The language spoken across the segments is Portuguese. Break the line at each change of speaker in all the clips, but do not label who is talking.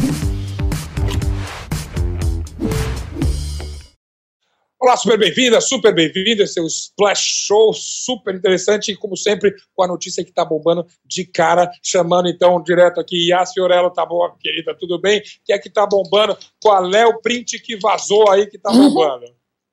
Olá, super bem-vindo, esse é o Splash Show, super interessante e, como sempre, com a notícia que está bombando de cara, chamando então direto aqui, Yas Fiorello, tá bom, querida, tudo bem? Que é que tá bombando? Qual é o print que vazou aí que tá bombando?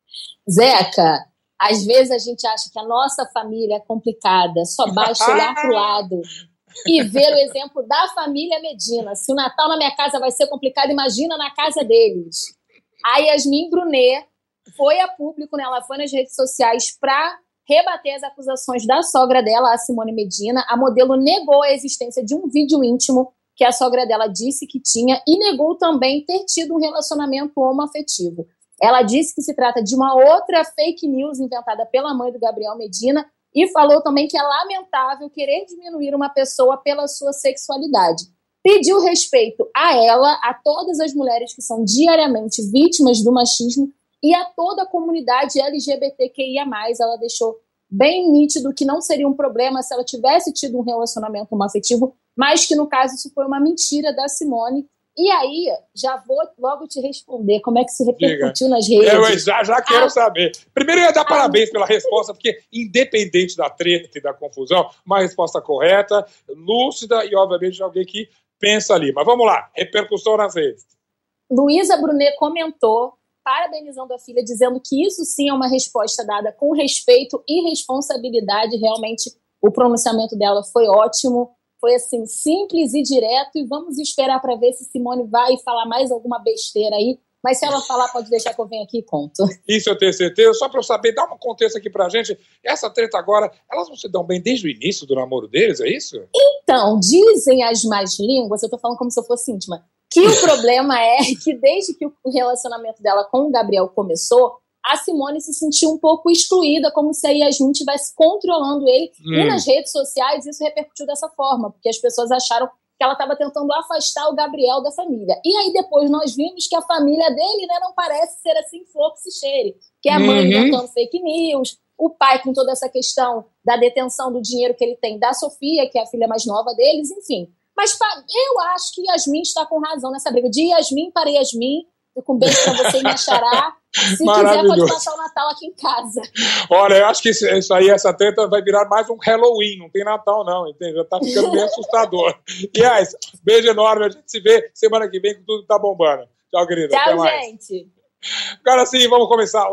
Zeca, às vezes a gente acha que a nossa família é complicada, só basta olhar pro lado e ver o exemplo da família Medina. Se o Natal na minha casa vai ser complicado, imagina na casa deles. A Yasmin Brunet foi a público, né? Ela foi nas redes sociais para rebater as acusações da sogra dela, a Simone Medina. A modelo negou a existência de um vídeo íntimo que a sogra dela disse que tinha e negou também ter tido um relacionamento homoafetivo. Ela disse que se trata de uma outra fake news inventada pela mãe do Gabriel Medina e falou também que é lamentável querer diminuir uma pessoa pela sua sexualidade. Pediu respeito a ela, a todas as mulheres que são diariamente vítimas do machismo e a toda a comunidade LGBTQIA+. Ela deixou bem nítido que não seria um problema se ela tivesse tido um relacionamento homoafetivo, mas que, no caso, isso foi uma mentira da Simone. E aí, já vou logo te responder como é que se repercutiu nas redes.
Eu já quero saber. Primeiro, eu ia dar parabéns pela resposta, porque, independente da treta e da confusão, uma resposta correta, lúcida e, obviamente, de alguém que pensa ali. Mas vamos lá, repercussão nas redes.
Luísa Brunet comentou, parabenizando a filha, dizendo que isso sim é uma resposta dada com respeito e responsabilidade. Realmente, o pronunciamento dela foi ótimo, foi assim, simples e direto, e vamos esperar para ver se Simone vai falar mais alguma besteira aí, mas se ela falar, pode deixar que eu venha aqui e conto.
Isso eu tenho certeza. Só para eu saber, dá um contexto aqui pra gente, essa treta agora, elas não se dão bem desde o início do namoro deles, é isso?
Então, dizem as más línguas, eu tô falando como se eu fosse íntima, que o problema é que desde que o relacionamento dela com o Gabriel começou, a Simone se sentiu um pouco excluída, como se a Yasmin estivesse controlando ele. E nas redes sociais isso repercutiu dessa forma, porque as pessoas acharam que ela estava tentando afastar o Gabriel da família. E aí depois nós vimos que a família dele, né, não parece ser assim flor que se cheire. Que é a mãe inventando fake news, o pai com toda essa questão da detenção do dinheiro que ele tem da Sofia, que é a filha mais nova deles, enfim. Mas eu acho que Yasmin está com razão nessa briga. De Yasmin para Yasmin, fico um beijo para você e minha xará. Se quiser, pode passar o Natal aqui em casa.
Olha, eu acho que isso aí, essa treta vai virar mais um Halloween, não tem Natal não, entende? Já tá ficando bem assustador. Yes, beijo enorme, a gente se vê semana que vem que tudo tá bombando. Tchau, querida.
Tchau,
até mais.
gente.
Agora sim, vamos começar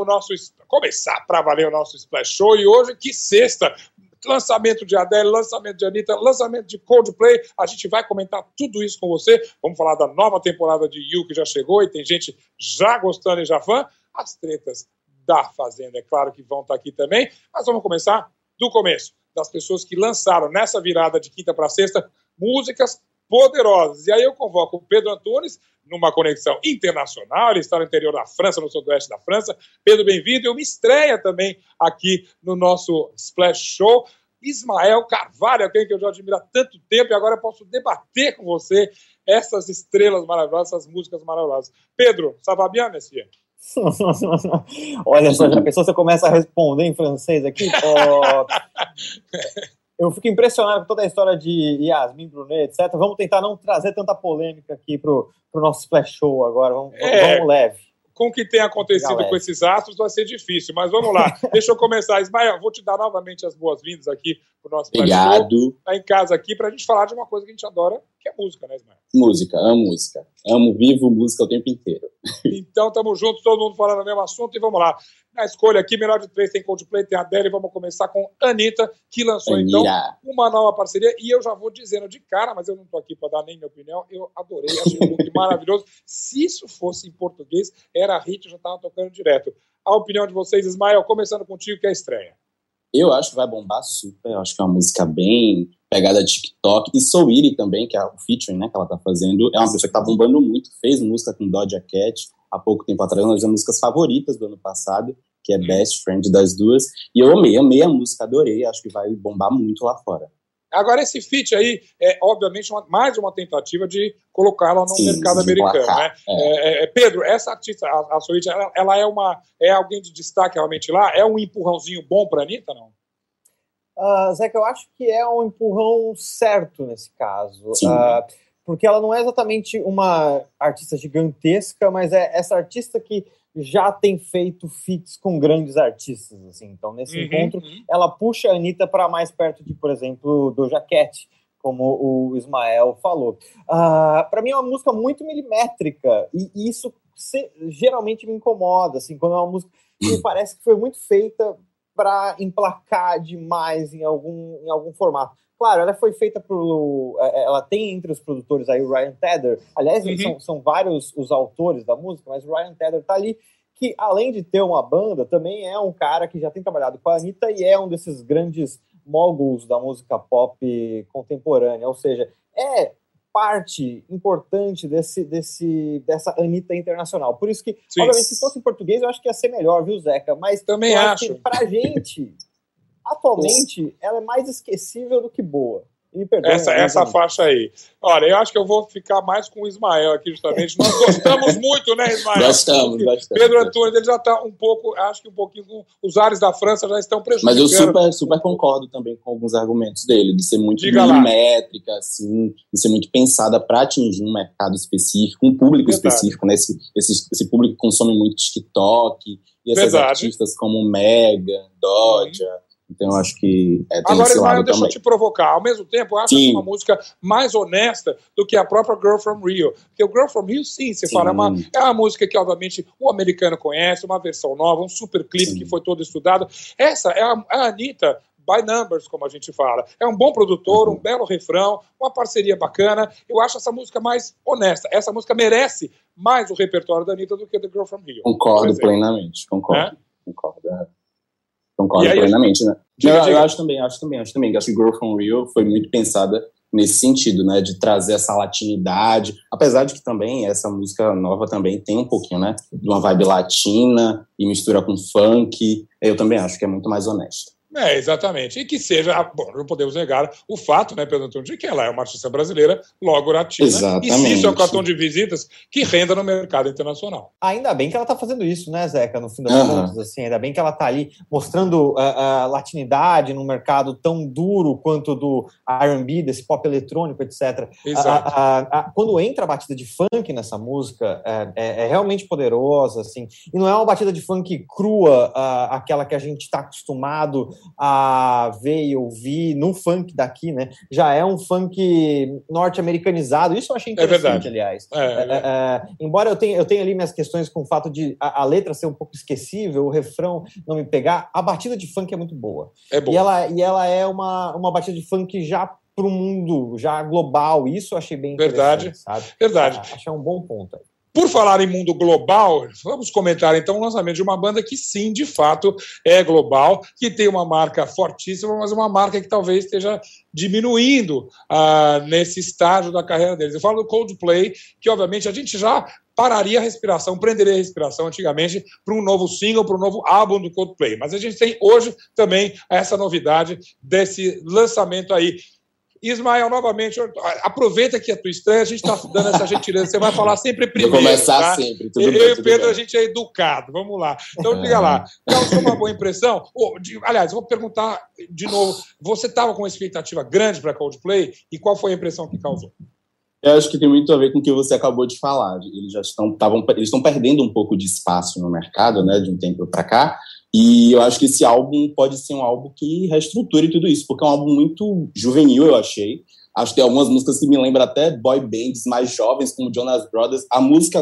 para valer o nosso Splash Show. E hoje, que sexta, lançamento de Adele, lançamento de Anitta, lançamento de Coldplay. A gente vai comentar tudo isso com você. Vamos falar da nova temporada de You, que já chegou e tem gente já gostando e já fã. As tretas da Fazenda, é claro que vão estar aqui também. Mas vamos começar do começo. Das pessoas que lançaram nessa virada de quinta para sexta músicas poderosas. E aí eu convoco o Pedro Antunes numa conexão internacional. Ele está no interior da França, no sudoeste da França. Pedro, bem-vindo. Eu me estreia também aqui no nosso Splash Show. Ismael Carvalho, alguém que eu já admiro há tanto tempo, e agora eu posso debater com você essas estrelas maravilhosas, essas músicas maravilhosas. Pedro, ça va bien, monsieur?
Olha só, já pensou se eu começa a responder em francês aqui? Eu fico impressionado com toda a história de Yasmin Brunet, etc. Vamos tentar não trazer tanta polêmica aqui pro nosso Splash Show agora. Vamos leve.
Com o que tem acontecido com esses astros vai ser difícil, mas vamos lá. Deixa eu começar. Ismael, vou te dar novamente as boas-vindas aqui pro nosso Splash Show. Tá em casa aqui pra gente falar de uma coisa que a gente adora, que é música, né, Ismael?
Música, amo música. Amo, vivo música o tempo inteiro.
Então, tamo juntos, todo mundo falando o mesmo assunto, e vamos lá. Na escolha aqui, melhor de três, tem Coldplay, tem Adele, vamos começar com Anitta, que lançou, então, uma nova parceria, e eu já vou dizendo de cara, mas eu não tô aqui para dar nem minha opinião, eu adorei, achei um look maravilhoso. Se isso fosse em português, era hit, eu já tava tocando direto. A opinião de vocês, Ismael, começando contigo, que é a estreia.
Eu acho que vai bombar super, eu acho que é uma música bem pegada TikTok, e Saweetie também, que é o featuring, né, que ela tá fazendo, é uma pessoa que tá bombando muito, fez música com Doja Cat há pouco tempo atrás, uma das músicas favoritas do ano passado, que é Best Friend das duas, e eu amei a música, adorei, acho que vai bombar muito lá fora.
Agora, esse feat aí é, obviamente, mais uma tentativa de colocá-la no mercado americano, né? Pedro, essa artista, a Saweetie, ela é alguém de destaque realmente lá? É um empurrãozinho bom pra Anitta, não?
Zeca, eu acho que é um empurrão certo nesse caso. porque ela não é exatamente uma artista gigantesca, mas é essa artista que já tem feito feats com grandes artistas, assim. Então, nesse encontro, ela puxa a Anitta para mais perto de, por exemplo, Doja Cat, como o Ismael falou. Para mim é uma música muito milimétrica, e isso geralmente me incomoda, assim, quando é uma música que me parece que foi muito feita para emplacar demais em algum formato. Claro, ela foi feita ela tem entre os produtores aí o Ryan Tedder. Aliás, são vários os autores da música, mas o Ryan Tedder tá ali, que além de ter uma banda, também é um cara que já tem trabalhado com a Anitta e é um desses grandes moguls da música pop contemporânea. Ou seja, é parte importante dessa Anitta internacional. Por isso que, obviamente, se fosse em português, eu acho que ia ser melhor, viu, Zeca? Mas
também acho.
Pra gente... Atualmente, ela é mais esquecível do que boa. Me perdoe,
essa faixa aí. Olha, eu acho que eu vou ficar mais com o Ismael aqui, justamente. Nós gostamos muito, né, Ismael?
Gostamos.
Pedro Antunes, ele já está um pouco, acho que um pouquinho com os ares da França já estão prejudicando.
Mas eu super concordo também com alguns argumentos dele, de ser muito milimétrica, assim, de ser muito pensada para atingir um mercado específico, um público específico, né? Esse público que consome muito TikTok, e essas artistas como Megan, Doja. Então, eu acho que tem
agora,
esse lado
deixa
também.
eu te provocar. Ao mesmo tempo, eu acho uma música mais honesta do que a própria Girl From Rio. Porque o Girl From Rio, sim, você fala, é uma música que, obviamente, o americano conhece, uma versão nova, um super clipe que foi todo estudado. Essa é a Anitta by numbers, como a gente fala. É um bom produtor, um belo refrão, uma parceria bacana. Eu acho essa música mais honesta. Essa música merece mais o repertório da Anitta do que da Girl From Rio.
Concordo plenamente, concordo. Concordo plenamente, né? Eu acho também. Acho que Girl From Rio foi muito pensada nesse sentido, né? De trazer essa latinidade. Apesar de que também essa música nova também tem um pouquinho, né? De uma vibe latina e mistura com funk. Eu também acho que é muito mais honesto.
Exatamente. E que seja, bom, não podemos negar o fato, né, Pedro Antunes, de que ela é uma artista brasileira, logo latina.
Exatamente.
E se isso é um cartão de visitas que renda no mercado internacional.
Ainda bem que ela está fazendo isso, né, Zeca, no fim das contas, assim, ainda bem que ela está ali mostrando a latinidade num mercado tão duro quanto do R&B, desse pop eletrônico, etc.
Exato.
Quando entra a batida de funk nessa música, é realmente poderosa, assim, e não é uma batida de funk crua, aquela que a gente está acostumado a ver e ouvir no funk daqui, né? Já é um funk norte-americanizado. Isso eu achei interessante, aliás. Embora eu tenha ali minhas questões com o fato de a letra ser um pouco esquecível, o refrão não me pegar, a batida de funk é muito boa.
É boa.
E ela é uma batida de funk já para o mundo, já global. Isso eu achei bem interessante, sabe?
Verdade.
Achei um bom ponto aí.
Por falar em mundo global, vamos comentar então o lançamento de uma banda que sim, de fato, é global, que tem uma marca fortíssima, mas uma marca que talvez esteja diminuindo nesse estágio da carreira deles. Eu falo do Coldplay, que obviamente a gente já pararia a respiração, prenderia a respiração antigamente para um novo single, para um novo álbum do Coldplay. Mas a gente tem hoje também essa novidade desse lançamento aí. Ismael, novamente, aproveita que a tua estreia, a gente está dando essa gentileza, você vai falar sempre primeiro.
Vou começar
tá?
sempre.
Eu e o Pedro, a gente é educado, vamos lá. Então, diga lá, causou uma boa impressão? Aliás, eu vou perguntar de novo, você estava com uma expectativa grande para Coldplay e qual foi a impressão que causou?
Eu acho que tem muito a ver com o que você acabou de falar. Eles estão perdendo um pouco de espaço no mercado, né, de um tempo para cá. E eu acho que esse álbum pode ser um álbum que reestruture tudo isso, porque é um álbum muito juvenil, eu achei. Acho que tem algumas músicas que me lembram até boy bands mais jovens, como Jonas Brothers. A música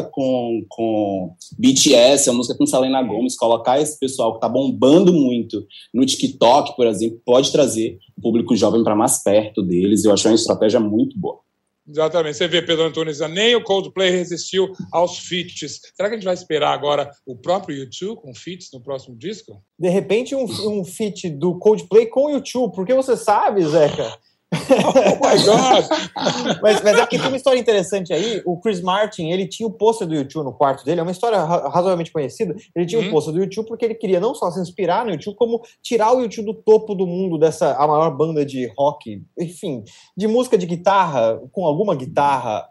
com BTS, a música com Selena Gomez, colocar esse pessoal que tá bombando muito no TikTok, por exemplo, pode trazer o público jovem para mais perto deles. Eu acho uma estratégia muito boa.
Exatamente. Você vê, Pedro Antunes, nem o Coldplay resistiu aos feats. Será que a gente vai esperar agora o próprio U2 com feats no próximo disco?
De repente, um feat do Coldplay com o U2, porque você sabe, Zeca...
Oh my God!
mas é que tem uma história interessante aí. O Chris Martin, ele tinha o pôster do U2 no quarto dele. É uma história razoavelmente conhecida. Ele tinha o pôster do U2 porque ele queria não só se inspirar no U2, como tirar o U2 do topo do mundo, a maior banda de rock, enfim, de música de guitarra, com alguma guitarra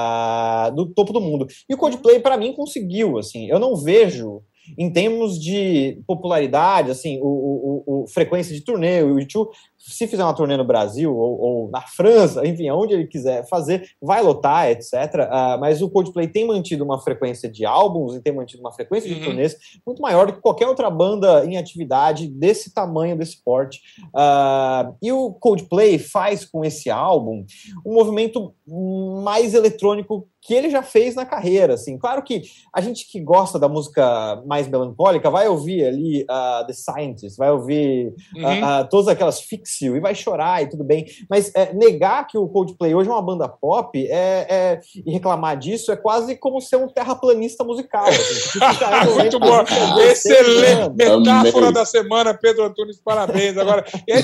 do topo do mundo. E o Coldplay, para mim, conseguiu, assim. Eu não vejo, em termos de popularidade, assim, frequência de turnê, o U2 se fizer uma turnê no Brasil ou na França, enfim, aonde ele quiser fazer, vai lotar, etc. Mas o Coldplay tem mantido uma frequência de álbuns e tem mantido uma frequência de turnês muito maior do que qualquer outra banda em atividade desse tamanho, desse porte. E o Coldplay faz com esse álbum um movimento mais eletrônico que ele já fez na carreira, assim. Claro que a gente que gosta da música mais melancólica vai ouvir ali The Scientist, vai ouvir todas aquelas Fix You e vai chorar e tudo bem, mas negar que o Coldplay hoje é uma banda pop e reclamar disso é quase como ser um terraplanista musical. Assim,
muito bom! Excelente! Metáfora da semana, Pedro Antunes, parabéns. Agora,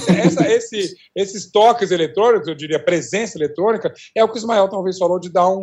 esses toques eletrônicos, eu diria presença eletrônica, é o que o Ismael talvez falou de dar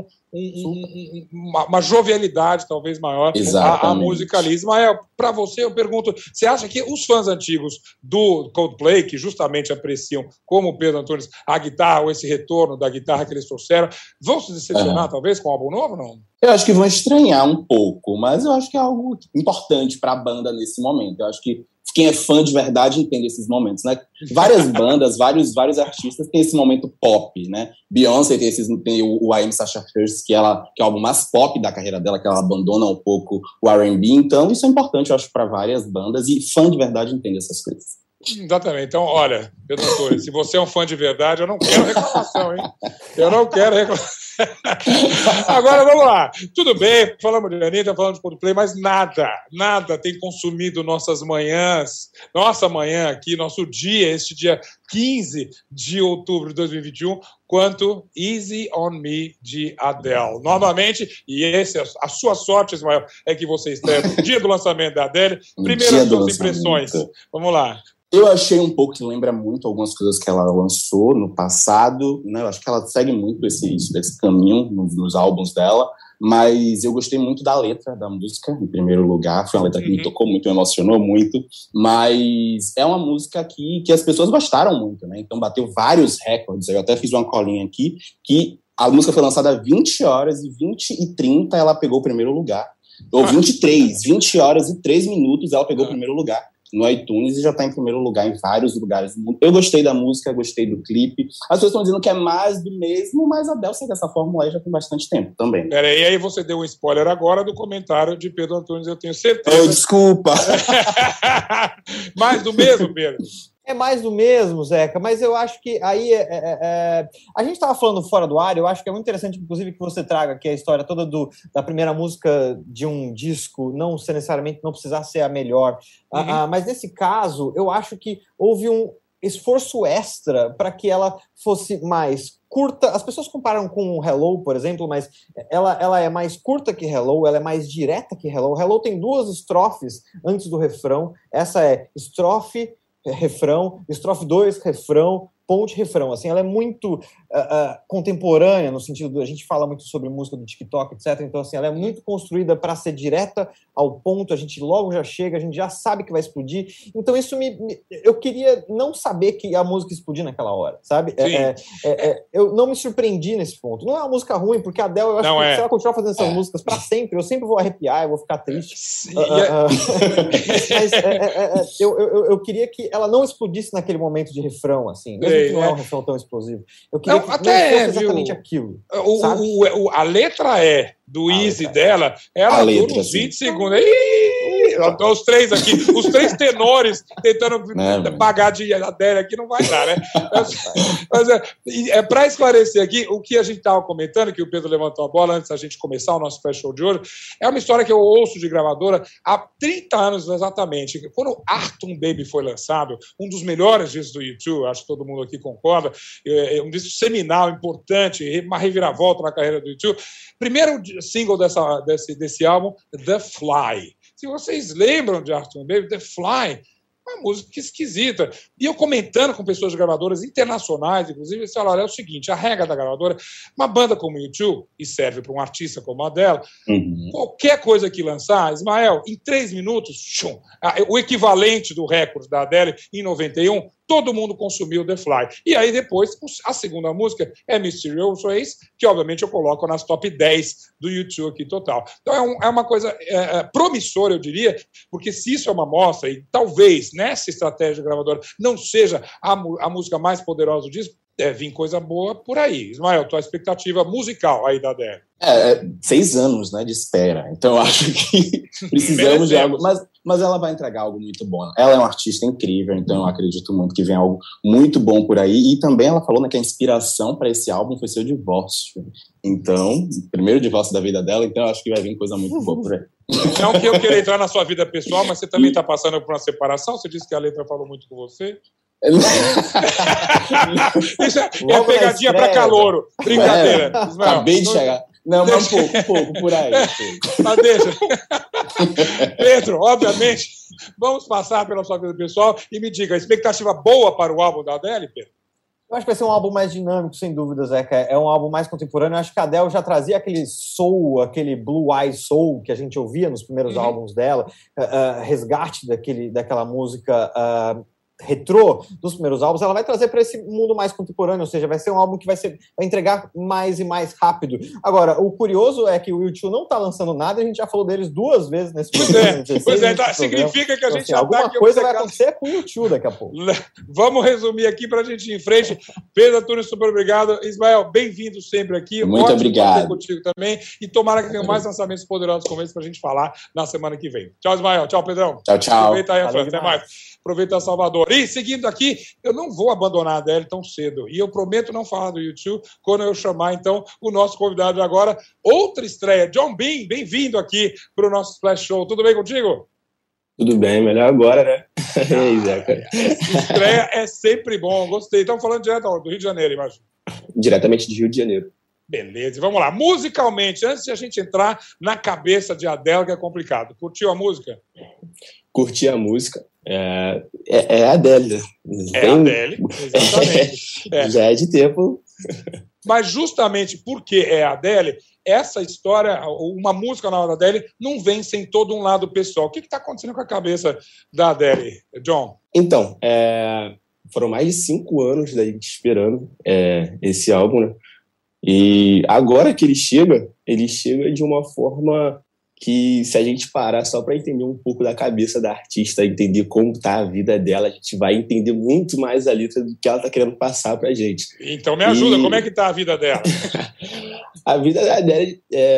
uma jovialidade talvez maior à música ali. Ismael, para você eu pergunto, você acha que os fãs antigos do Coldplay, que justamente apreciam, como o Pedro Antunes, a guitarra ou esse retorno da guitarra que eles trouxeram, vão se decepcionar talvez com um álbum novo ou não?
Eu acho que vão estranhar um pouco, mas eu acho que é algo importante para a banda nesse momento. Eu acho que quem é fã de verdade entende esses momentos, né? Várias bandas, vários artistas têm esse momento pop, né? Beyoncé tem o I Am Sasha Fierce, que é o álbum mais pop da carreira dela, que ela abandona um pouco o R&B. Então, isso é importante, eu acho, para várias bandas, e fã de verdade entende essas coisas.
Exatamente. Então, olha, Pedro Antunes, se você é um fã de verdade, eu não quero reclamação, hein? Eu não quero reclamação. Agora, vamos lá. Tudo bem, falamos de Anitta, falamos de Coldplay, mas nada tem consumido nossas manhãs, nossa manhã aqui, nosso dia, este dia 15 de outubro de 2021, quanto Easy On Me, de Adele. Novamente, e a sua sorte, Ismael, é que você estreia no dia do lançamento da Adele. Primeiro, as suas impressões. Vamos lá.
Eu achei um pouco que lembra muito algumas coisas que ela lançou no passado, né? Eu acho que ela segue muito esse caminho nos álbuns dela, mas eu gostei muito da letra da música, em primeiro lugar. Foi uma letra que me tocou muito, me emocionou muito, mas é uma música que as pessoas gostaram muito, né? Então bateu vários recordes. Eu até fiz uma colinha aqui, que a música foi lançada às 20 horas e 20h30 ela pegou o primeiro lugar. Ou 20 horas e 3 minutos ela pegou o primeiro lugar no iTunes e já está em primeiro lugar em vários lugares do mundo. Eu gostei da música, gostei do clipe. As pessoas estão dizendo que é mais do mesmo, mas a Adele segue essa fórmula aí já tem bastante tempo também.
Peraí, aí você deu um spoiler agora do comentário de Pedro Antunes, eu tenho certeza.
Desculpa!
Mais do mesmo, Pedro?
É mais do mesmo, Zeca, mas eu acho que aí a gente estava falando fora do ar, eu acho que é muito interessante, inclusive, que você traga aqui a história toda da primeira música de um disco, não necessariamente não precisar ser a melhor, mas nesse caso, eu acho que houve um esforço extra para que ela fosse mais curta. As pessoas comparam com o Hello, por exemplo, mas ela é mais curta que Hello, ela é mais direta que Hello. Hello tem 2 estrofes antes do refrão, essa é estrofe, refrão, estrofe 2, refrão, ponte, refrão. Assim, ela é muito contemporânea, no sentido a gente fala muito sobre música do TikTok, etc. Então, assim, ela é muito construída para ser direta ao ponto, a gente logo já chega, a gente já sabe que vai explodir. Então, isso eu queria não saber que a música explodir naquela hora, sabe? Eu não me surpreendi nesse ponto. Não é uma música ruim, porque a Adele, eu acho que se ela continuar fazendo essas músicas para sempre, eu sempre vou arrepiar, eu vou ficar triste. Mas eu queria que ela não explodisse naquele momento de refrão, assim. Mesmo que não é um refrão tão explosivo. Eu queria que
até
não fosse exatamente aquilo.
A letra do Easy dela, ela dura uns 20 segundos. Os três aqui, os 3 tenores tentando pagar de Adele aqui, não vai dar, né? Mas para esclarecer aqui, o que a gente estava comentando, que o Pedro levantou a bola antes da gente começar o nosso flash show de hoje, é uma história que eu ouço de gravadora há 30 anos exatamente. Quando Achtung Baby foi lançado, um dos melhores discos do U2, acho que todo mundo aqui concorda, um disco seminal, importante, uma reviravolta na carreira do U2. Primeiro single desse álbum, The Fly. Se vocês lembram de Achtung Baby, The Fly, uma música esquisita. E eu comentando com pessoas de gravadoras internacionais, inclusive, eles falaram, é o seguinte, a regra da gravadora, uma banda como U2, e serve para um artista como a Adele, qualquer coisa que lançar, Ismael, em 3 minutos, o equivalente do recorde da Adele em 91, todo mundo consumiu The Fly. E aí depois, a segunda música é Mysterious Ways, que obviamente eu coloco nas top 10 do YouTube aqui total. Então é uma coisa promissora, eu diria, porque se isso é uma amostra, e talvez nessa estratégia gravadora não seja a música mais poderosa do disco, deve vir coisa boa por aí. Ismael, tua expectativa musical aí da Adele?
6 anos, né, de espera. Então eu acho que precisamos de algo. Mas ela vai entregar algo muito bom. Ela é uma artista incrível, então eu acredito muito que vem algo muito bom por aí. E também ela falou, né, que a inspiração para esse álbum foi seu divórcio. Então, o primeiro divórcio da vida dela, então eu acho que vai vir coisa muito boa por aí.
Não que eu queira entrar na sua vida pessoal, mas você também está passando por uma separação? Você disse que a letra falou muito com você? Isso é pegadinha para calouro. Brincadeira.
Acabei de chegar. Não, mas um pouco, por aí.
Mas deixa. Pedro, obviamente, vamos passar pela sua vida pessoal e me diga, expectativa boa para o álbum da Adele, Pedro?
Eu acho que vai ser um álbum mais dinâmico, sem dúvida, Zeca. É um álbum mais contemporâneo. Eu acho que a Adele já trazia aquele soul, aquele blue eye soul que a gente ouvia nos primeiros álbuns dela, resgate daquela música retrô dos primeiros álbuns. Ela vai trazer para esse mundo mais contemporâneo, ou seja, vai ser um álbum que vai entregar mais e mais rápido. Agora, o curioso é que o U2 não está lançando nada, e a gente já falou deles 2 vezes nesse programa.
Pois é, significa que a gente já
alguma coisa vai acontecer com o U2 daqui a pouco.
Vamos resumir aqui para a gente ir em frente. Pedro Antunes, super obrigado. Ismael, bem-vindo sempre aqui.
Muito obrigado.
Contigo também. E tomara que tenha mais lançamentos poderosos como esse para a gente falar na semana que vem. Tchau, Ismael. Tchau, Pedrão.
Tchau.
Aproveita aí, França. Até mais. Aproveita Salvador. E seguindo aqui, eu não vou abandonar a Adele tão cedo. E eu prometo não falar do YouTube quando eu chamar, então, o nosso convidado de agora. Outra estreia, John Bean, bem-vindo aqui para o nosso Splash Show. Tudo bem contigo?
Tudo bem, melhor agora, né? Ei, Zeca.
Estreia é sempre bom, gostei. Estamos falando direto do Rio de Janeiro, imagino.
Diretamente de Rio de Janeiro.
Beleza, vamos lá. Musicalmente, antes de a gente entrar na cabeça de Adele, que é complicado. Curtiu a música?
Curti a música. É a Adele, né?
É a Adele, exatamente.
Já é de tempo.
Mas justamente porque é a Adele, essa história, uma música na hora da Adele, não vem sem todo um lado pessoal. O que está acontecendo com a cabeça da Adele, John?
Então, foram mais de 5 anos da gente esperando esse álbum, né? E agora que ele chega de uma forma que, se a gente parar só para entender um pouco da cabeça da artista, entender como tá a vida dela, a gente vai entender muito mais a letra do que ela tá querendo passar pra gente.
Então me ajuda, como é que tá a vida dela?
A vida dela,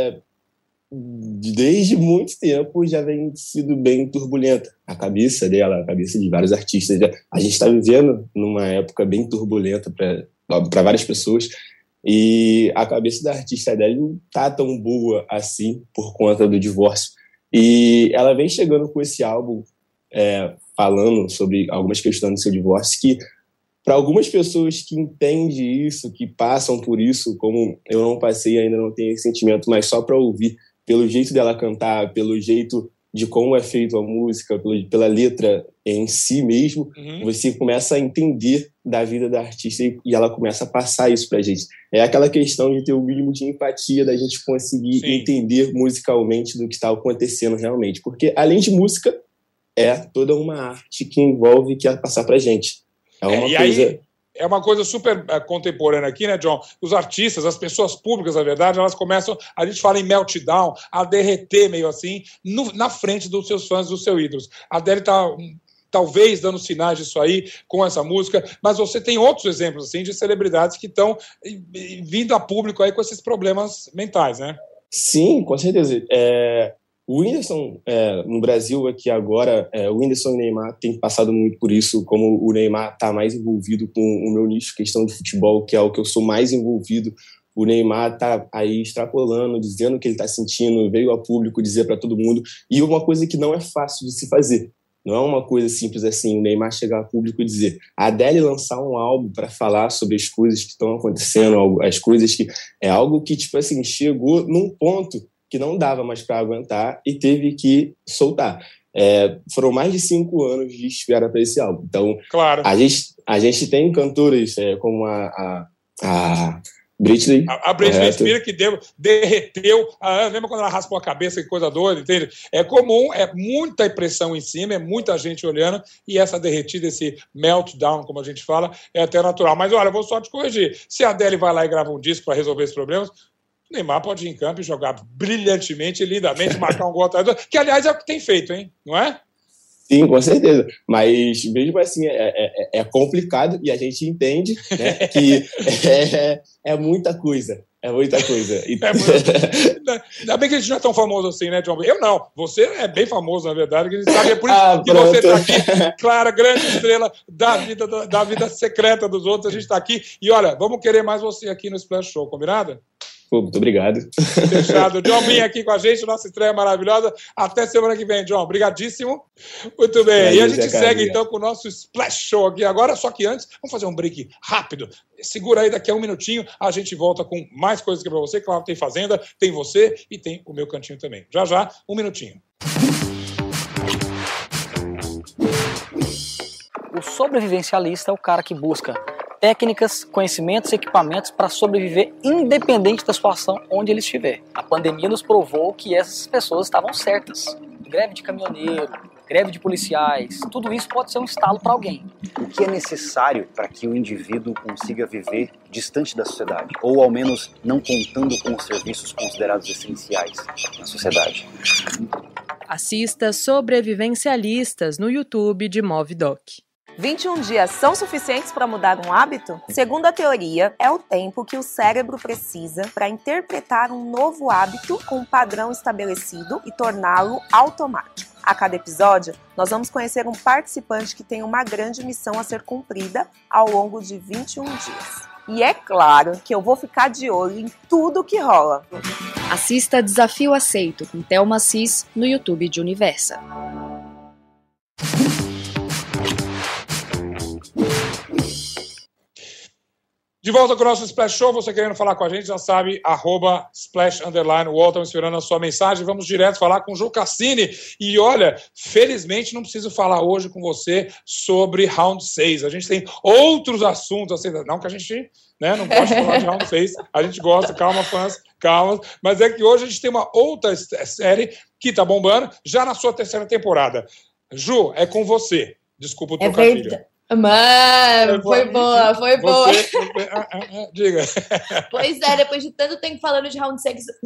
desde muito tempo, já vem sido bem turbulenta. A cabeça dela, a cabeça de vários artistas. A gente está vivendo numa época bem turbulenta para várias pessoas. E a cabeça da artista dela não tá tão boa assim por conta do divórcio. E ela vem chegando com esse álbum falando sobre algumas questões do seu divórcio que, para algumas pessoas que entendem isso, que passam por isso, como eu não passei ainda, não tenho esse sentimento, mas só para ouvir, pelo jeito dela cantar, pelo jeito de como é feita a música, pela letra em si mesmo, você começa a entender da vida da artista e ela começa a passar isso pra gente. É aquela questão de ter o mínimo de empatia, da gente conseguir entender musicalmente do que está acontecendo realmente. Porque, além de música, é toda uma arte que envolve, que é passar pra gente. É uma coisa...
Aí... É uma coisa super contemporânea aqui, né, John? Os artistas, as pessoas públicas, na verdade, elas começam, a gente fala em meltdown, a derreter meio assim, na frente dos seus fãs, dos seus ídolos. A Adele está talvez dando sinais disso aí com essa música, mas você tem outros exemplos assim, de celebridades que estão vindo a público aí com esses problemas mentais, né?
Sim, com certeza. O Whindersson, no Brasil aqui agora, o Whindersson e o Neymar têm passado muito por isso, como o Neymar está mais envolvido com o meu nicho, questão de futebol, que é o que eu sou mais envolvido. O Neymar está aí extrapolando, dizendo o que ele está sentindo, veio a público dizer para todo mundo, e uma coisa que não é fácil de se fazer. Não é uma coisa simples assim, o Neymar chegar a público e dizer, a Adele lançar um álbum para falar sobre as coisas que estão acontecendo, as coisas que... É algo que, tipo assim, chegou num ponto que não dava mais para aguentar e teve que soltar. Foram mais de 5 anos de espera para esse álbum. Então,
claro.
a gente tem cantoras como a Britney.
A Britney Spears que derreteu. Lembra quando ela raspou a cabeça, que coisa doida, entende? É comum, é muita pressão em cima, é muita gente olhando, e essa derretida, esse meltdown, como a gente fala, é até natural. Mas olha, eu vou só te corrigir. Se a Adele vai lá e grava um disco para resolver esses problemas, o Neymar pode ir em campo e jogar brilhantemente, lindamente, marcar um gol atrás do outro, que aliás é o que tem feito, hein? Não é?
Sim, com certeza. Mas mesmo assim é complicado e a gente entende, né, que é muita coisa. É muita coisa.
Ainda bem que a gente não é tão famoso assim, né, John? Eu não. Você é bem famoso, na verdade. Que a gente sabe, é por isso que você está aqui. Clara, grande estrela da vida secreta dos outros. A gente está aqui. E olha, vamos querer mais você aqui no Splash Show, combinado?
Pô, muito obrigado.
Fechado. John vem aqui com a gente, nossa estreia maravilhosa. Até semana que vem, John. Obrigadíssimo. Muito bem. E a gente segue, então, com o nosso Splash Show aqui agora. Só que antes, vamos fazer um break rápido. Segura aí, daqui a um minutinho, a gente volta com mais coisas aqui pra você. Claro, tem Fazenda, tem você e tem o meu cantinho também. Já, um minutinho.
O sobrevivencialista é o cara que busca técnicas, conhecimentos e equipamentos para sobreviver independente da situação onde ele estiver. A pandemia nos provou que essas pessoas estavam certas. Greve de caminhoneiro, greve de policiais, tudo isso pode ser um estalo para alguém.
O que é necessário para que o indivíduo consiga viver distante da sociedade? Ou ao menos não contando com os serviços considerados essenciais na sociedade?
Assista Sobrevivencialistas no YouTube de Movidoc.
21 dias são suficientes para mudar um hábito? Segundo a teoria, é o tempo que o cérebro precisa para interpretar um novo hábito com um padrão estabelecido e torná-lo automático. A cada episódio, nós vamos conhecer um participante que tem uma grande missão a ser cumprida ao longo de 21 dias. E é claro que eu vou ficar de olho em tudo que rola.
Assista Desafio Aceito com Thelma Assis no YouTube de Universa.
De volta com o nosso Splash Show, você querendo falar com a gente, já sabe, @Splash_Wall, estamos esperando a sua mensagem. Vamos direto falar com o Ju Cassini. E olha, felizmente não preciso falar hoje com você sobre Round 6. A gente tem outros assuntos, assim, não que a gente não gosta de falar de Round 6, a gente gosta, calma, fãs, calma. Mas é que hoje a gente tem uma outra série que tá bombando, já na sua terceira temporada. Ju, é com você. Desculpa o trocadilho.
Mano, foi boa.
Diga.
Pois é, depois de tanto tempo falando de Round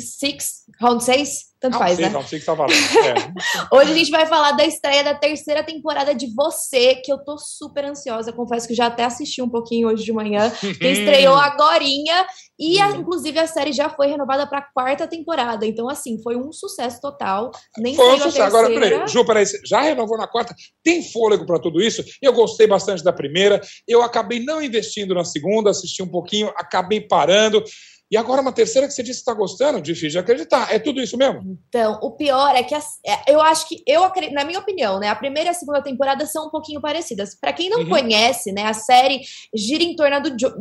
6, tanto faz, né?
Round 6 tá valendo.
Hoje a gente vai falar da estreia da terceira temporada de Você, que eu tô super ansiosa, confesso que já até assisti um pouquinho hoje de manhã, que estreou agorinha, e inclusive a série já foi renovada pra quarta temporada, então assim, foi um sucesso total, nem
foi
saiu
um sucesso.
a terceira.
Agora, peraí, Ju, já renovou na quarta? Tem fôlego pra tudo isso? Eu gostei bastante da primeira, eu acabei não investindo na segunda, assisti um pouquinho, acabei parando. E agora uma terceira que você disse que está gostando, difícil de acreditar. É tudo isso mesmo?
Então, o pior é que eu acho que, na minha opinião, né, a primeira e a segunda temporada são um pouquinho parecidas. Para quem não conhece, né, a série gira em torno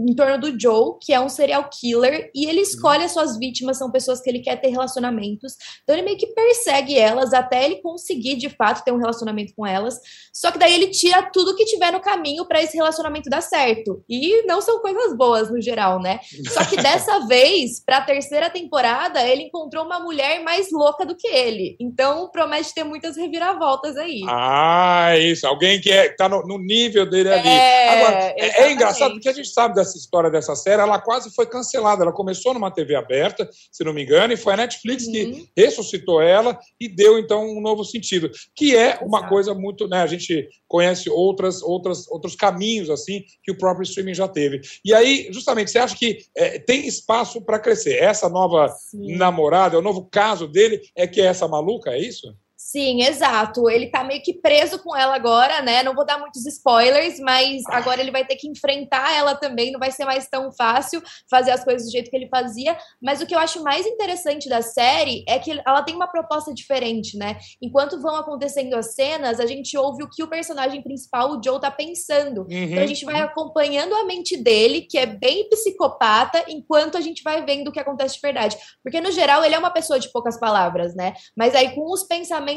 do Joe, que é um serial killer, e ele escolhe as suas vítimas, são pessoas que ele quer ter relacionamentos. Então ele meio que persegue elas até ele conseguir, de fato, ter um relacionamento com elas. Só que daí ele tira tudo que tiver no caminho para esse relacionamento dar certo. E não são coisas boas, no geral, né? Só que dessa vez, para a terceira temporada, ele encontrou uma mulher mais louca do que ele. Então, promete ter muitas reviravoltas aí.
Ah, isso. Alguém que tá no nível dele ali. Agora, é engraçado, porque a gente sabe dessa história dessa série, ela quase foi cancelada. Ela começou numa TV aberta, se não me engano, e foi a Netflix que ressuscitou ela e deu, então, um novo sentido. Que é uma coisa muito, né, a gente conhece outros caminhos, assim, que o próprio streaming já teve. E aí, justamente, você acha que tem espaço para crescer? Essa nova namorada, o novo caso dele é que é essa maluca, é isso?
Sim, exato. Ele tá meio que preso com ela agora, né? Não vou dar muitos spoilers, mas agora ele vai ter que enfrentar ela também. Não vai ser mais tão fácil fazer as coisas do jeito que ele fazia. Mas o que eu acho mais interessante da série é que ela tem uma proposta diferente, né? Enquanto vão acontecendo as cenas, a gente ouve o que o personagem principal, o Joe, tá pensando. Então a gente vai acompanhando a mente dele, que é bem psicopata, enquanto a gente vai vendo o que acontece de verdade. Porque, no geral, ele é uma pessoa de poucas palavras, né? Mas aí, com os pensamentos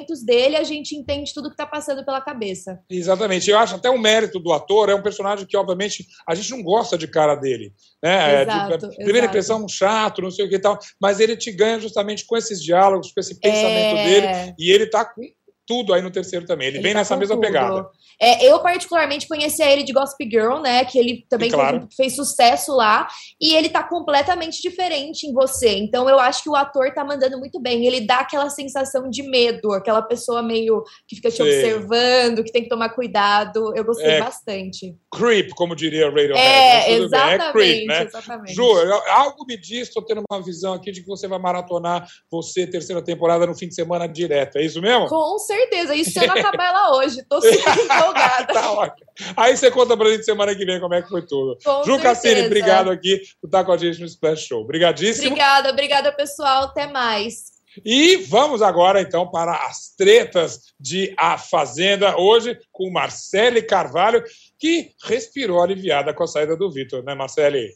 pensamentos dele, a gente entende tudo que tá passando pela cabeça.
Exatamente. Eu acho até um mérito do ator, é um personagem que, obviamente, a gente não gosta de cara dele. Né?
Exato,
primeira impressão, um chato, não sei o que e tal, mas ele te ganha justamente com esses diálogos, com esse pensamento dele, e ele tá com tudo aí no terceiro também. Ele vem tá nessa mesma pegada.
Eu, particularmente, conhecia ele de Gossip Girl, né? Que ele também fez sucesso lá. E ele tá completamente diferente em você. Então, eu acho que o ator tá mandando muito bem. Ele dá aquela sensação de medo, aquela pessoa meio que fica te observando, que tem que tomar cuidado. Eu gostei bastante.
Creep, como diria o Radiohead.
Exatamente.
Creep, né?
Exatamente.
Ju, algo me diz, tô tendo uma visão aqui de que você vai maratonar terceira temporada no fim de semana direto. É isso mesmo?
Com certeza. Isso se eu não acabar ela hoje. Tô super empolgada.
Tá ótimo. Aí você conta pra gente semana que vem como é que foi tudo. Ju Cassini, obrigado aqui por estar com a gente no Splash Show. Obrigadíssimo.
Obrigada, pessoal. Até mais.
E vamos agora, então, para as tretas de A Fazenda, hoje com Marcele Carvalho, que respirou aliviada com a saída do Vitor, né, Marcele?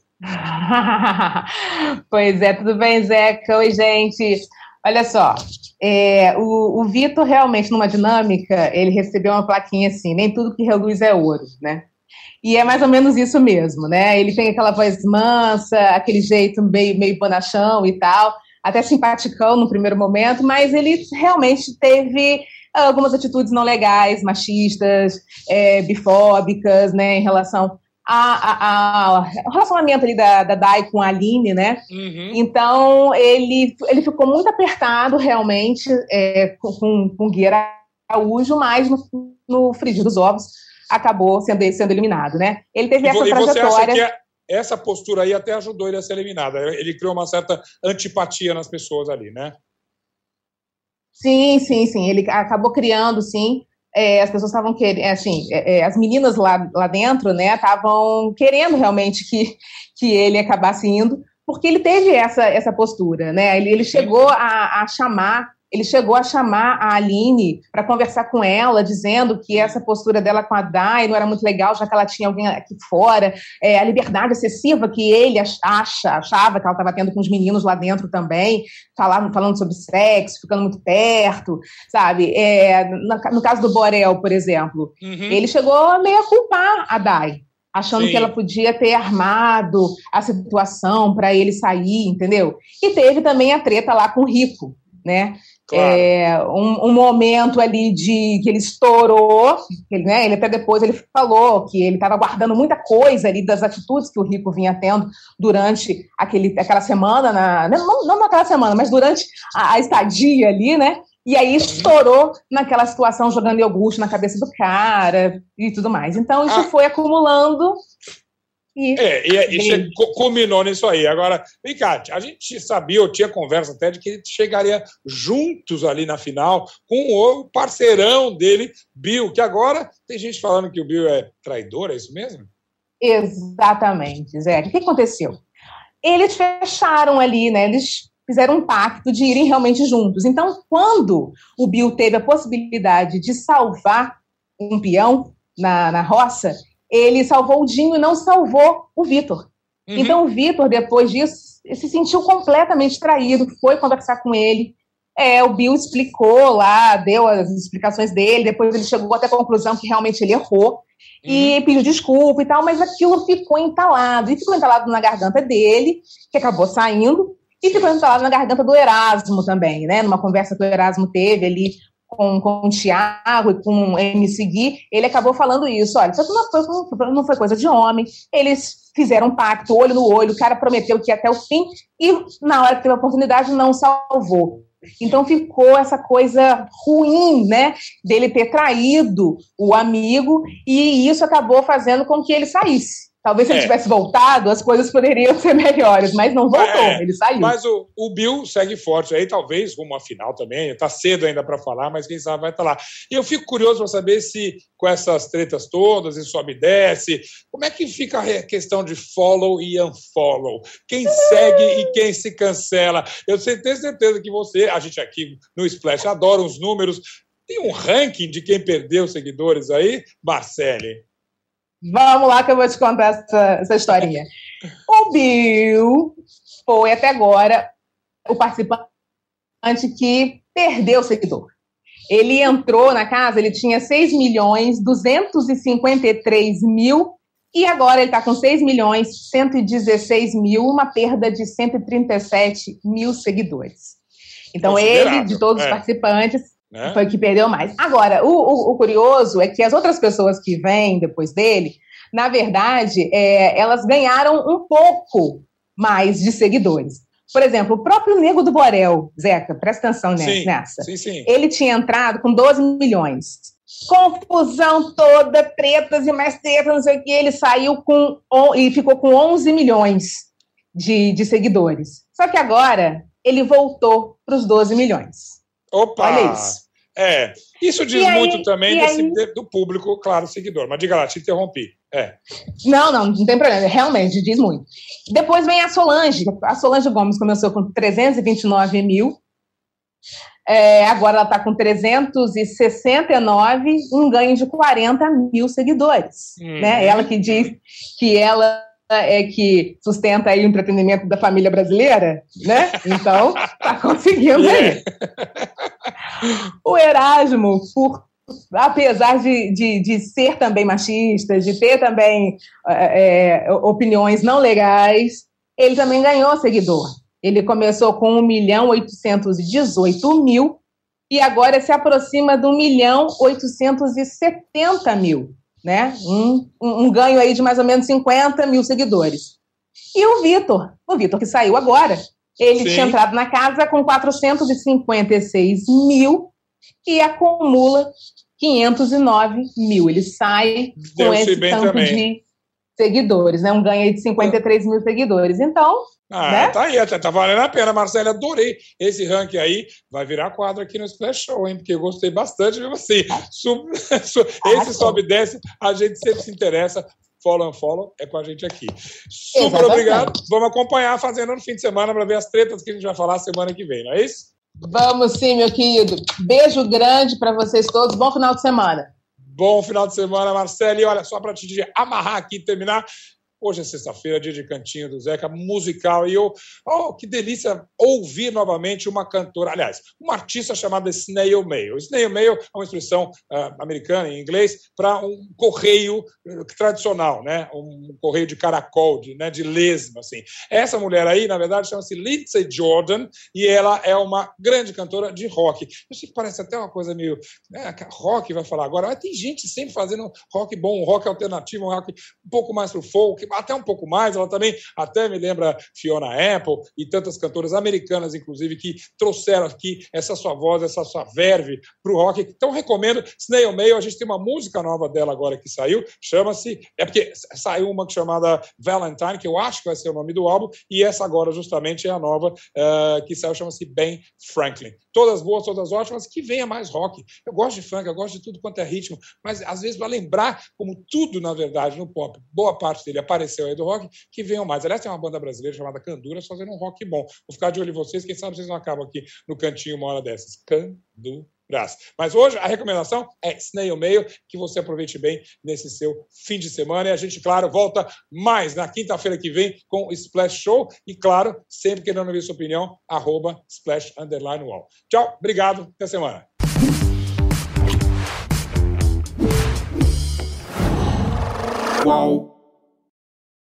Pois é, tudo bem, Zeca? Oi, gente. Olha só, o Vitor realmente, numa dinâmica, ele recebeu uma plaquinha assim, nem tudo que reluz é ouro, né? E é mais ou menos isso mesmo, né? Ele tem aquela voz mansa, aquele jeito meio bonachão e tal, até simpaticão no primeiro momento, mas ele realmente teve algumas atitudes não legais, machistas, bifóbicas, né, em relação ao relacionamento ali da Dai com a Aline, né? Uhum. Então, ele ficou muito apertado, realmente, com o Gui Araújo, mas no frigir dos ovos acabou sendo eliminado, né? Ele teve essa trajetória...
Você acha que essa postura aí até ajudou ele a ser eliminado? Ele criou uma certa antipatia nas pessoas ali, né?
Sim. Ele acabou criando, sim. As pessoas estavam querendo, as meninas lá dentro, né, estavam querendo realmente que ele acabasse indo, porque ele teve essa postura, né? Ele chegou a chamar a Aline para conversar com ela, dizendo que essa postura dela com a Dai não era muito legal, já que ela tinha alguém aqui fora, a liberdade excessiva que ele achava que ela estava tendo com os meninos lá dentro também, falando sobre sexo, ficando muito perto, sabe? No caso do Borel, por exemplo, ele chegou meio a culpar a Dai, achando que ela podia ter armado a situação para ele sair, entendeu? E teve também a treta lá com o Rico, né? Claro. Um momento ali que ele estourou, né? Ele até depois ele falou que ele estava guardando muita coisa ali das atitudes que o Rico vinha tendo durante aquela semana, não naquela semana, mas durante a estadia ali, né? E aí estourou naquela situação, jogando iogurte na cabeça do cara e tudo mais. Então isso foi acumulando.
E culminou nisso aí. Agora, vem cá, a gente sabia, ou tinha conversa até, de que ele chegaria juntos ali na final com o parceirão dele, Bill, que agora tem gente falando que o Bill é traidor, é isso mesmo?
Exatamente, Zé. O que aconteceu? Eles fecharam ali, né? Eles fizeram um pacto de irem realmente juntos. Então, quando o Bill teve a possibilidade de salvar um peão na roça, ele salvou o Dinho e não salvou o Vitor. Então o Vitor, depois disso, se sentiu completamente traído, foi conversar com ele, o Bill explicou lá, deu as explicações dele, depois ele chegou até a conclusão que realmente ele errou, e pediu desculpa e tal, mas aquilo ficou entalado na garganta dele, que acabou saindo, e ficou entalado na garganta do Erasmo também, né, numa conversa que o Erasmo teve ali com o Thiago e com o MC Gui, ele acabou falando isso, olha, isso não foi coisa de homem, eles fizeram um pacto, olho no olho, o cara prometeu que ia até o fim, e na hora que teve a oportunidade não salvou. Então ficou essa coisa ruim, né, dele ter traído o amigo, e isso acabou fazendo com que ele saísse. Talvez se ele tivesse voltado, as coisas poderiam ser melhores, mas não voltou, ele saiu.
Mas o Bill segue forte aí, talvez rumo à final também, tá cedo ainda para falar, mas quem sabe vai estar lá. E eu fico curioso para saber se, com essas tretas todas, e sobe e desce, como é que fica a questão de follow e unfollow? Quem segue e quem se cancela? Eu tenho certeza que a gente aqui no Splash adora os números. Tem um ranking de quem perdeu seguidores aí, Marcele?
Vamos lá que eu vou te contar essa historinha. O Bill foi até agora o participante que perdeu o seguidor. Ele entrou na casa, ele tinha 6.253.000 e agora ele está com 6.116.000, uma perda de 137 mil seguidores. Então ele, de todos os participantes, foi o que perdeu mais. Agora, o curioso é que as outras pessoas que vêm depois dele, na verdade, elas ganharam um pouco mais de seguidores. Por exemplo, o próprio Nego do Borel, Zeca, presta atenção nessa.
Sim.
Ele tinha entrado com 12 milhões. Confusão toda, tretas e mais tretas, não sei o que. Ele saiu e ficou com 11 milhões de seguidores. Só que agora ele voltou para os 12 milhões.
Opa!
Olha isso.
Isso diz muito também do público, claro, seguidor. Mas diga lá, te interrompi.
Não tem problema, realmente diz muito. Depois vem a Solange Gomes começou com 329 mil, agora ela está com 369, um ganho de 40 mil seguidores. Né? Ela que diz que ela é que sustenta aí o entretenimento da família brasileira, né? Então, tá conseguindo aí. O Erasmo, apesar de ser também machista, de ter também opiniões não legais, ele também ganhou seguidor. Ele começou com 1.818.000 e agora se aproxima do 1.870.000. Né? Um ganho aí de mais ou menos 50 mil seguidores. E o Vitor que saiu agora, ele tinha entrado na casa com 456 mil e acumula 509 mil. Ele sai com esse tanto de seguidores, né? Um ganho aí de 53 mil seguidores. Então, né?
Tá aí, tá valendo a pena, Marcela, adorei esse ranking aí, vai virar quadro aqui no Splash Show, hein, porque eu gostei bastante, viu, assim, esse sobe e desce, a gente sempre se interessa, follow é com a gente aqui. Super obrigado, vamos acompanhar fazendo no fim de semana para ver as tretas que a gente vai falar semana que vem, não é isso?
Vamos sim, meu querido, beijo grande para vocês todos, bom final de semana.
Bom final de semana, Marcela, e olha, só para te amarrar aqui e terminar, hoje é sexta-feira, dia de Cantinho do Zeca, musical, e que delícia ouvir novamente uma cantora, aliás, uma artista chamada Snail Mail. Snail Mail é uma expressão americana, em inglês, para um correio tradicional, né? Um correio de caracol, de lesma, assim. Essa mulher aí, na verdade, chama-se Lindsay Jordan, e ela é uma grande cantora de rock. Eu sei que parece até uma coisa meio... rock, vai falar agora, mas tem gente sempre fazendo rock bom, um rock alternativo, um rock um pouco mais pro folk, até um pouco mais, ela também até me lembra Fiona Apple e tantas cantoras americanas, inclusive, que trouxeram aqui essa sua voz, essa sua verve para o rock. Então, recomendo Snail Mail, a gente tem uma música nova dela agora que saiu, chama-se, porque saiu uma chamada Valentine, que eu acho que vai ser o nome do álbum, e essa agora justamente é a nova que saiu, chama-se Ben Franklin. Todas boas, todas ótimas, que venha mais rock. Eu gosto de funk, eu gosto de tudo quanto é ritmo, mas às vezes para lembrar como tudo, na verdade, no pop, boa parte dele apareceu aí do rock, que venham mais. Aliás, tem uma banda brasileira chamada Canduras fazendo um rock bom. Vou ficar de olho em vocês, quem sabe vocês não acabam aqui no cantinho uma hora dessas. Canduras. Mas hoje a recomendação é Snail Mail, que você aproveite bem nesse seu fim de semana. E a gente, claro, volta mais na quinta-feira que vem com o Splash Show. E, claro, sempre querendo ouvir sua opinião, @Splash_UOL. Tchau, obrigado, até semana.
Uau.